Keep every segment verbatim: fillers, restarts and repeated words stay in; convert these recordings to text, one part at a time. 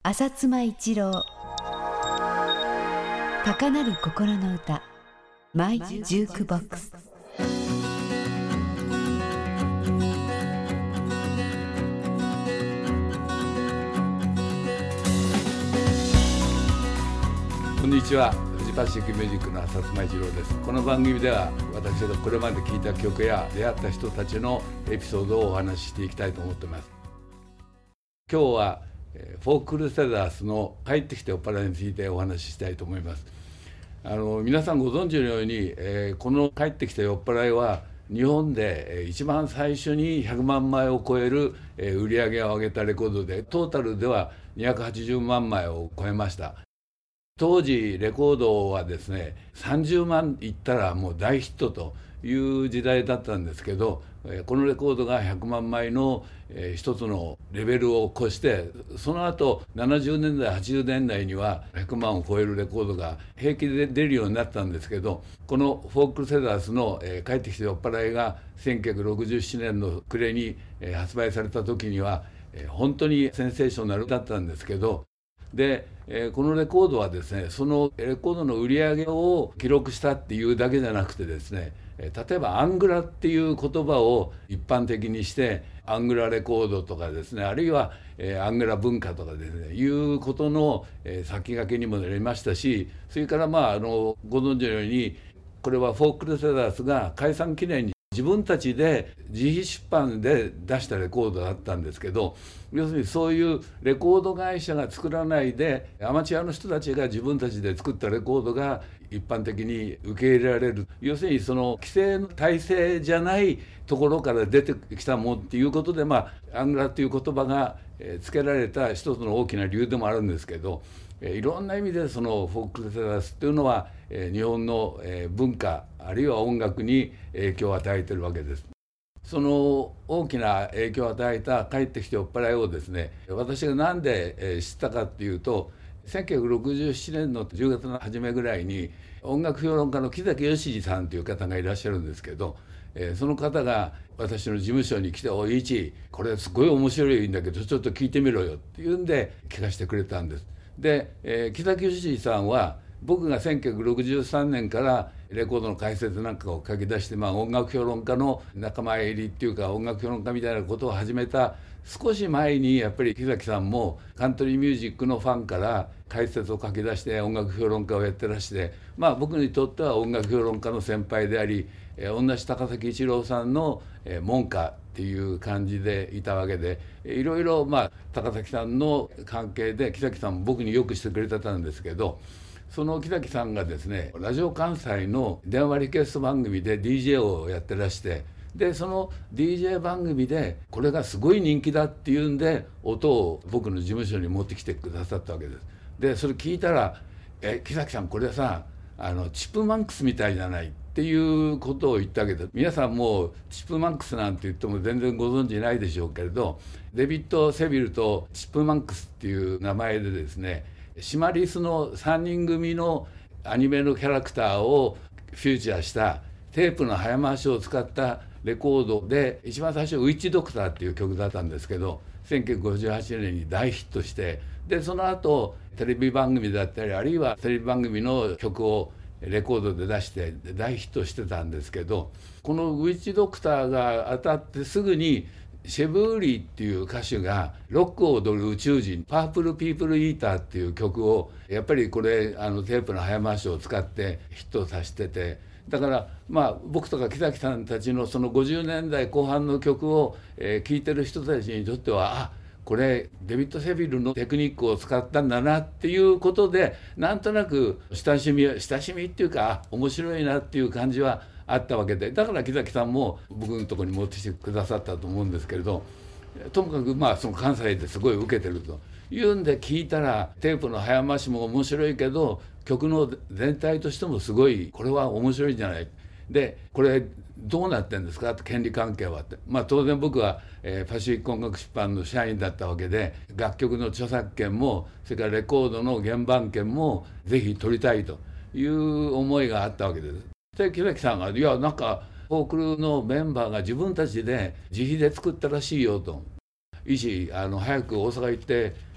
浅妻一郎高鳴る心の歌マイジュークボックス。 こんにちは。フジパシフィックミュージックの浅妻一郎です。この番組では私がこれまで聴いた曲や出会った人たちのエピソードをお話ししていきたいと思っています。今日はフォークルセダースの帰ってきておっぱらいについてお話ししたいと思います。あの皆さんご存知のように、えー、この帰ってきておっぱらいは日本で一番最初にひゃくまんまいを超える売り上げを上げたレコードで、トータルではにひゃくはちじゅうまんまいを超えました。当時レコードはですねさんじゅうまんいったらもう大ヒットという時代だったんですけど、このレコードがひゃくまんまいの一つのレベルを越して、その後ななじゅうねんだいはちじゅうねんだいにはひゃくまんを超えるレコードが平気で出るようになったんですけど、このフォークルセダースの「帰ってきて酔っ払い」がせんきゅうひゃくろくじゅうななねんの暮れに発売された時には本当にセンセーショナルだったんですけど、で、えー、このレコードはですねそのレコードの売り上げを記録したっていうだけじゃなくてですね、えー、例えばアングラっていう言葉を一般的にしてアングラレコードとかですね、あるいは、えー、アングラ文化とかですねいうことの、えー、先駆けにもなりましたし、それからまああのご存知のようにこれはフォークルセダースが解散記念に自分たちで自費出版で出したレコードだったんですけど、要するにそういうレコード会社が作らないでアマチュアの人たちが自分たちで作ったレコードが一般的に受け入れられる、要するにその規制の体制じゃないところから出てきたもんっていうことで、まあアングラっていう言葉が付けられた一つの大きな理由でもあるんですけど、いろんな意味でそのフォークルセダースっていうのは日本の文化あるいは音楽に影響を与えているわけです。その大きな影響を与えた「帰ってきておっぱらい」をですね私が何で知ったかっていうと、せんきゅうひゃくろくじゅうななねんのじゅうがつの初めぐらいに音楽評論家の木崎義二さんという方がいらっしゃるんですけど、その方が私の事務所に来て「おい一これすごい面白いんだけどちょっと聞いてみろよ」っていうんで聞かせてくれたんです。で、えー、木崎義二さんは僕がせんきゅうひゃくろくじゅうさんねんからレコードの解説なんかを書き出して、まあ、音楽評論家の仲間入りっていうか音楽評論家みたいなことを始めた少し前にやっぱり木崎さんもカントリーミュージックのファンから解説を書き出して音楽評論家をやってらして、まあ、僕にとっては音楽評論家の先輩であり、えー、同じ高崎一郎さんの、えー、門下っていう感じでいたわけで、いろいろまあ高崎さんの関係で木崎さんも僕によくしてくれてたんですけど、その木崎さんがですねラジオ関西の電話リクエスト番組で ディージェー をやってらして、でその ディージェー 番組でこれがすごい人気だっていうんで音を僕の事務所に持ってきてくださったわけです。でそれ聞いたら「え木崎さんこれさあのチップマンクスみたいじゃない」っていうことを言ったわけで、皆さんもうチップマンクスなんて言っても全然ご存知ないでしょうけれど、デビッド・セビルとチップマンクスっていう名前でですねシマリスのさんにん組のアニメのキャラクターをフューチャーしたテープの早回しを使ったレコードで、一番最初「ウィッチドクター」っていう曲だったんですけどせんきゅうひゃくごじゅうはちねんに大ヒットして、でその後テレビ番組だったりあるいはテレビ番組の曲をレコードで出して大ヒットしてたんですけど、この「ウィッチドクター」が当たってすぐにシェブーリーっていう歌手が「ロックを踊る宇宙人パープルピープルイーター」っていう曲をやっぱりこれあのテープの早回しを使ってヒットさせてて、だからまあ僕とか木崎さんたちのそのごじゅうねんだいこう半の曲を聴、えー、いてる人たちにとっては、あこれデビッド・セビルのテクニックを使ったんだなっていうことでなんとなく親しみ親しみっていうか面白いなっていう感じはあったわけで、だから木崎さんも僕のところに持ってきてくださったと思うんですけれど、ともかくまあその関西ですごい受けてるというんで聞いたら、テープの早回しも面白いけど曲の全体としてもすごいこれは面白いんじゃない、でこれどうなってんですかって権利関係はって、まあ当然僕は、えー、パシフィック音楽出版の社員だったわけで楽曲の著作権もそれからレコードの原版権もぜひ取りたいという思いがあったわけです。で木崎さんが「いやなんかフォークルのメンバーが自分たちで自費で作ったらしいよ」と「いちあの早く大阪行って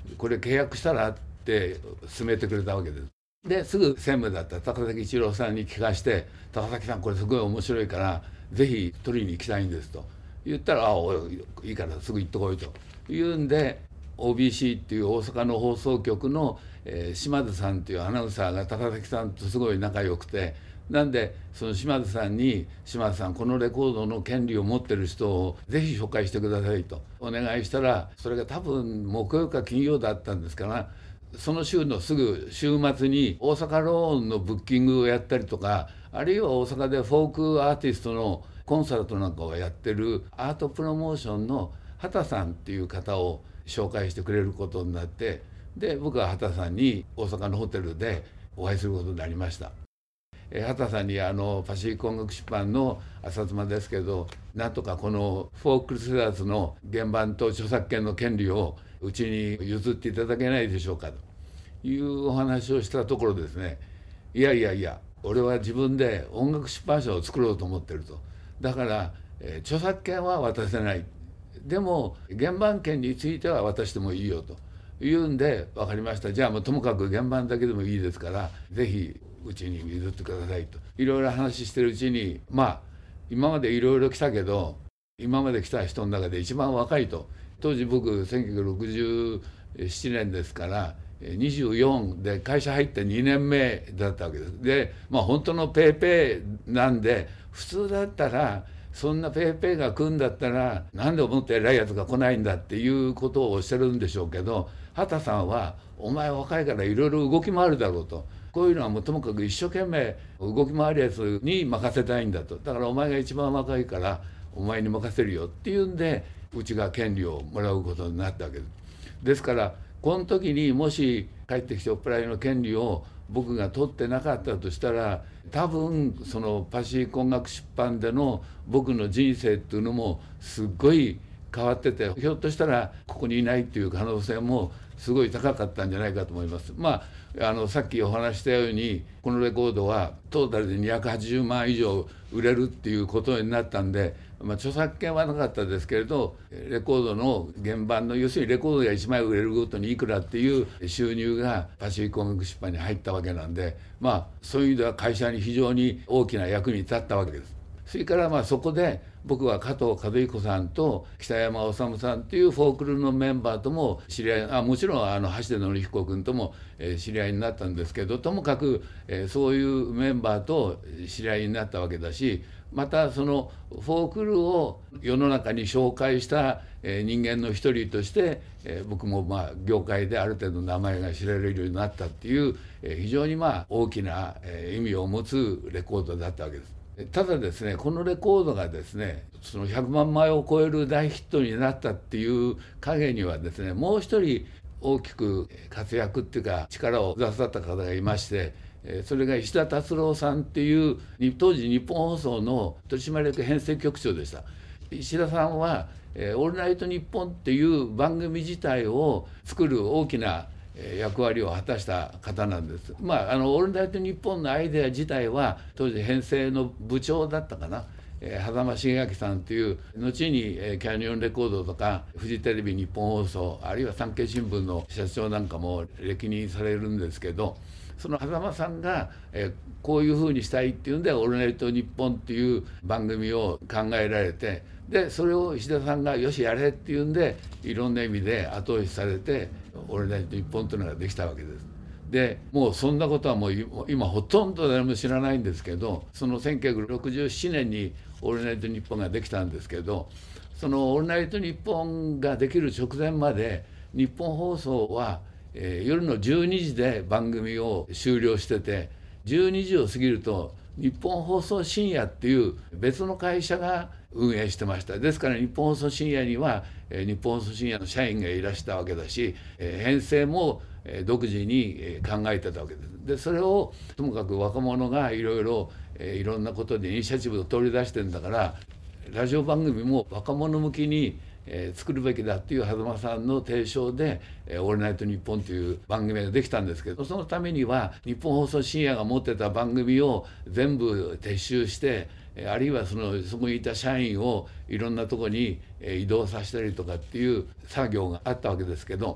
これ契約したらって勧めてくれたわけです。ですぐ専務だった高崎一郎さんに聞かして、高崎さんこれすごい面白いからぜひ取りに行きたいんですと言ったら、あおいいいからすぐ行ってこいというんで、 オービーシー っていう大阪の放送局の、えー、島津さんっていうアナウンサーが高崎さんとすごい仲良くて、なんでその島津さんに「島津さんこのレコードの権利を持ってる人をぜひ紹介してください」とお願いしたら、それが多分木曜か金曜だったんですから、その週のすぐ週末に大阪ローンのブッキングをやったりとか、あるいは大阪でフォークアーティストのコンサートなんかをやってるアートプロモーションの畑さんっていう方を紹介してくれることになって、で僕は畑さんに大阪のホテルでお会いすることになりました。畑さんにあのパシフィック音楽出版の浅妻ですけど、なんとかこのフォークルセダーズの原版と著作権の権利をうちに譲っていただけないでしょうかというお話をしたところですね、いやいやいや俺は自分で音楽出版社を作ろうと思ってると、だから、えー、著作権は渡せない、でも原版権については渡してもいいよと言うんで、分かりました、じゃあもうともかく原版だけでもいいですからぜひうちに譲ってくださいといろいろ話してるうちに、まあ今までいろいろ来たけど今まで来た人の中で一番若いと、当時僕せんきゅうひゃくろくじゅうななねんですからにじゅうよんで会社入ってにねんめだったわけです。でまあ本当のペーペーなんで、普通だったらそんなペーペーが来るんだったらなんで思って偉いやつが来ないんだっていうことをおっしゃるんでしょうけど、畑さんはお前若いからいろいろ動き回るだろうと、こういうのはもうともかく一生懸命動き回るやつに任せたいんだと、だからお前が一番若いからお前に任せるよっていうんでうちが権利をもらうことになったわけです。ですからこの時にもし帰ってきておっぱらいの権利を僕が取ってなかったとしたら、多分そのパシフィック音楽出版での僕の人生っていうのもすっごい変わってて、ひょっとしたらここにいないっていう可能性もすごい高かったんじゃないかと思います。まああのさっきお話したようにこのレコードはトータルでにひゃくはちじゅうまん以上売れるっていうことになったんで、まあ、著作権はなかったですけれどレコードの原版の要するにレコードがいちまい売れるごとにいくらっていう収入がパシフィック音楽出版に入ったわけなんで、まあそういう意味では会社に非常に大きな役に立ったわけです。それからまあそこで僕は加藤和彦さんと北山治さんっていうフォークルのメンバーとも知り合い、あもちろんあの橋田紀彦君とも、えー、知り合いになったんですけど、ともかく、えー、そういうメンバーと知り合いになったわけだし、またそのフォークルを世の中に紹介した、えー、人間の一人として、えー、僕もまあ業界である程度名前が知られるようになったっていう、えー、非常にまあ大きな、えー、意味を持つレコードだったわけです。ただですね、このレコードがですねそのひゃくまんまいを超える大ヒットになったっていう陰にはですね、もう一人大きく活躍っていうか力を出さった方がいまして、それが石田達郎さんっていう当時日本放送の取締役編成局長でした。石田さんは「オールナイトニッポン」っていう番組自体を作る大きな役割を果たした方なんです。まあ、あのオールナイトニッポンのアイデア自体は当時編成の部長だったかな、えー、狭間茂明さんっていう後に、えー、キャニオンレコードとかフジテレビ日本放送あるいは産経新聞の社長なんかも歴任されるんですけど、その狭間さんが、えー、こういうふうにしたいっていうんで「オールナイトニッポン」っていう番組を考えられて、でそれを石田さんがよしやれっていうんでいろんな意味で後押しされて「オールナイトニッポン」というのができたわけです。でもうそんなことはもう今ほとんど誰も知らないんですけど、そのせんきゅうひゃくろくじゅうななねんに「オールナイトニッポン」ができたんですけど、その「オールナイトニッポン」ができる直前まで日本放送は、えー、夜のじゅうにじで番組を終了してて、じゅうにじを過ぎると日本放送深夜っていう別の会社が運営してました。ですから日本放送深夜には、えー、日本放送深夜の社員がいらしたわけだし、えー、編成も、えー、独自に、えー、考えてたわけです。でそれをともかく若者がいろいろいろんなことでイニシアチブを取り出してんだから、ラジオ番組も若者向きにえー、作るべきだっていう狭間さんの提唱で「えー、オールナイトニッポン」という番組ができたんですけど、そのためには日本放送深夜が持ってた番組を全部撤収して、えー、あるいはそのそこにいた社員をいろんなとこに、えー、移動させたりとかっていう作業があったわけですけど、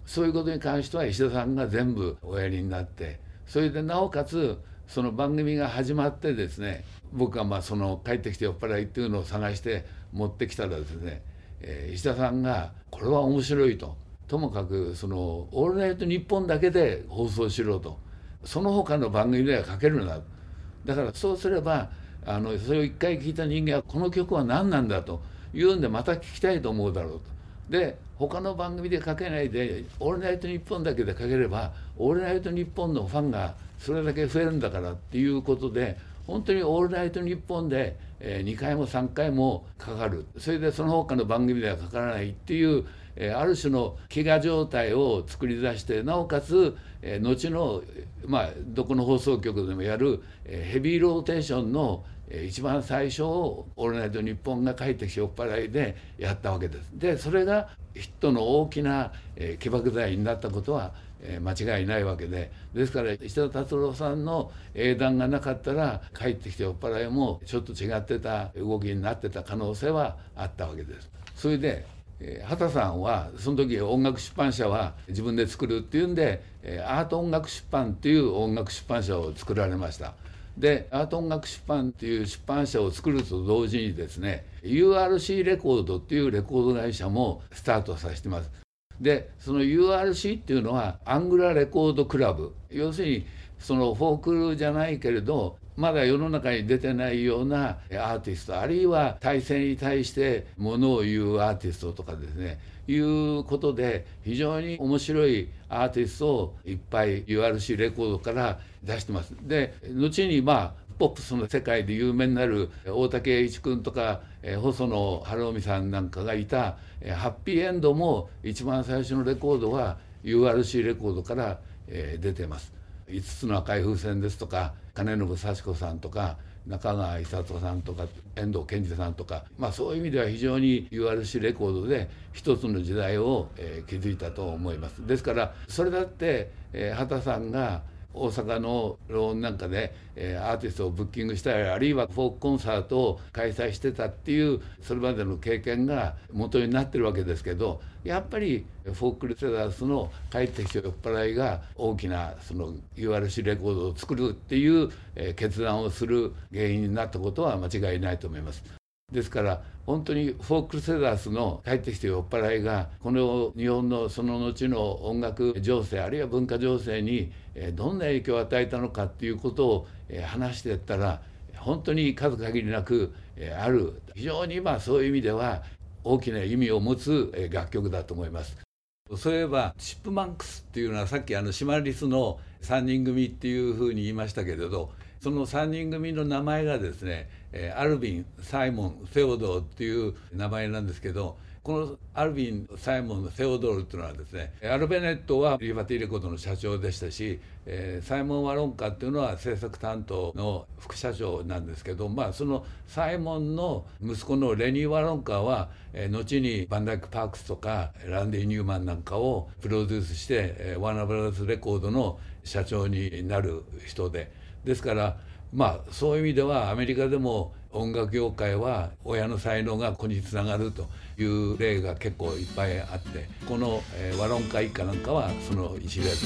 そういうことに関しては石田さんが全部おやりになって、それでなおかつその番組が始まってですね、僕がまあその帰ってきて酔っ払いっていうのを探して持ってきたらですね、えー、石田さんがこれは面白いと、ともかくそのオールナイトニッポンだけで放送しろと、その他の番組ではかけるな、だからそうすればあのそれを一回聞いた人間はこの曲は何なんだというんでまた聞きたいと思うだろうと。で他の番組でかけないでオールナイトニッポンだけでかければオールナイトニッポンのファンがそれだけ増えるんだからっていうことで、本当にオールナイトニッポンでにかいもさんかいもかかる、それでその他の番組ではかからないっていうある種の飢餓状態を作り出して、なおかつ後のまあどこの放送局でもやるヘビーローテーションの一番最初をオールナイトニッポンが帰ってきて酔っ払いでやったわけです。でそれがヒットの大きな起爆剤になったことは間違いないわけで、ですから石田達郎さんの英断がなかったら帰ってきて酔っ払いもちょっと違ってた動きになってた可能性はあったわけです。それで畑さんはその時音楽出版社は自分で作るっていうんでアート音楽出版っていう音楽出版社を作られました。でアート音楽出版っていう出版社を作ると同時にですね ユーアールシー レコードっていうレコード会社もスタートさせてます。でその ユーアールシー っていうのはアングラレコードクラブ、要するにそのフォークじゃないけれどまだ世の中に出てないようなアーティスト、あるいは体制に対してものを言うアーティストとかですねいうことで非常に面白いアーティストをいっぱい ユーアールシー レコードから出してます。で後にまあポップスの世界で有名になる大竹栄一君とか細野晴臣さんなんかがいたハッピーエンドも一番最初のレコードは ユーアールシー レコードから出てます。いつつの赤い風船ですとか金信幸子さんとか中川伊里さんとか遠藤健二さんとか、まあ、そういう意味では非常に ユーアールシー レコードで一つの時代を、えー、築いたと思います。ですからそれだって、えー、畑さんが大阪のローンなんかで、えー、アーティストをブッキングしたりあるいはフォークコンサートを開催してたっていうそれまでの経験が元になってるわけですけど、やっぱりフォークルセダースの帰ってきて酔っ払いが大きなその ユーアールシー レコードを作るっていう、えー、決断をする原因になったことは間違いないと思います。ですから本当にフォークルセダースの帰ってきて酔っ払いがこの日本のその後の音楽情勢あるいは文化情勢にどんな影響を与えたのかっていうことを話していったら本当に数限りなくある、非常にまあそういう意味では大きな意味を持つ楽曲だと思います。そういえばチップマンクスっていうのはさっきあのシマリスのさんにん組っていうふうに言いましたけれど、そのさんにん組の名前がですねアルビン、サイモン、セオドーっていう名前なんですけど、このアルビン、サイモン、セオドールっていうのはですねアルベネットはリバティレコードの社長でしたし、えー、サイモン・ワロンカっていうのは制作担当の副社長なんですけど、まあそのサイモンの息子のレニー・ワロンカは、えー、後にバンダイク・パークスとかランディ・ニューマンなんかをプロデュースして、えー、ワーナーブラザーズレコードの社長になる人で、ですからまあそういう意味ではアメリカでも音楽業界は親の才能が子につながるという例が結構いっぱいあって、この、えー、ワロンカ一家なんかはその一例です。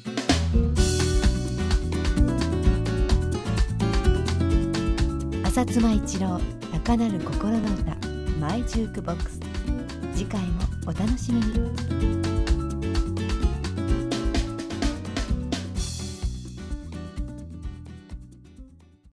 浅妻一郎高鳴る心の歌マイジュークボックス、次回もお楽しみに。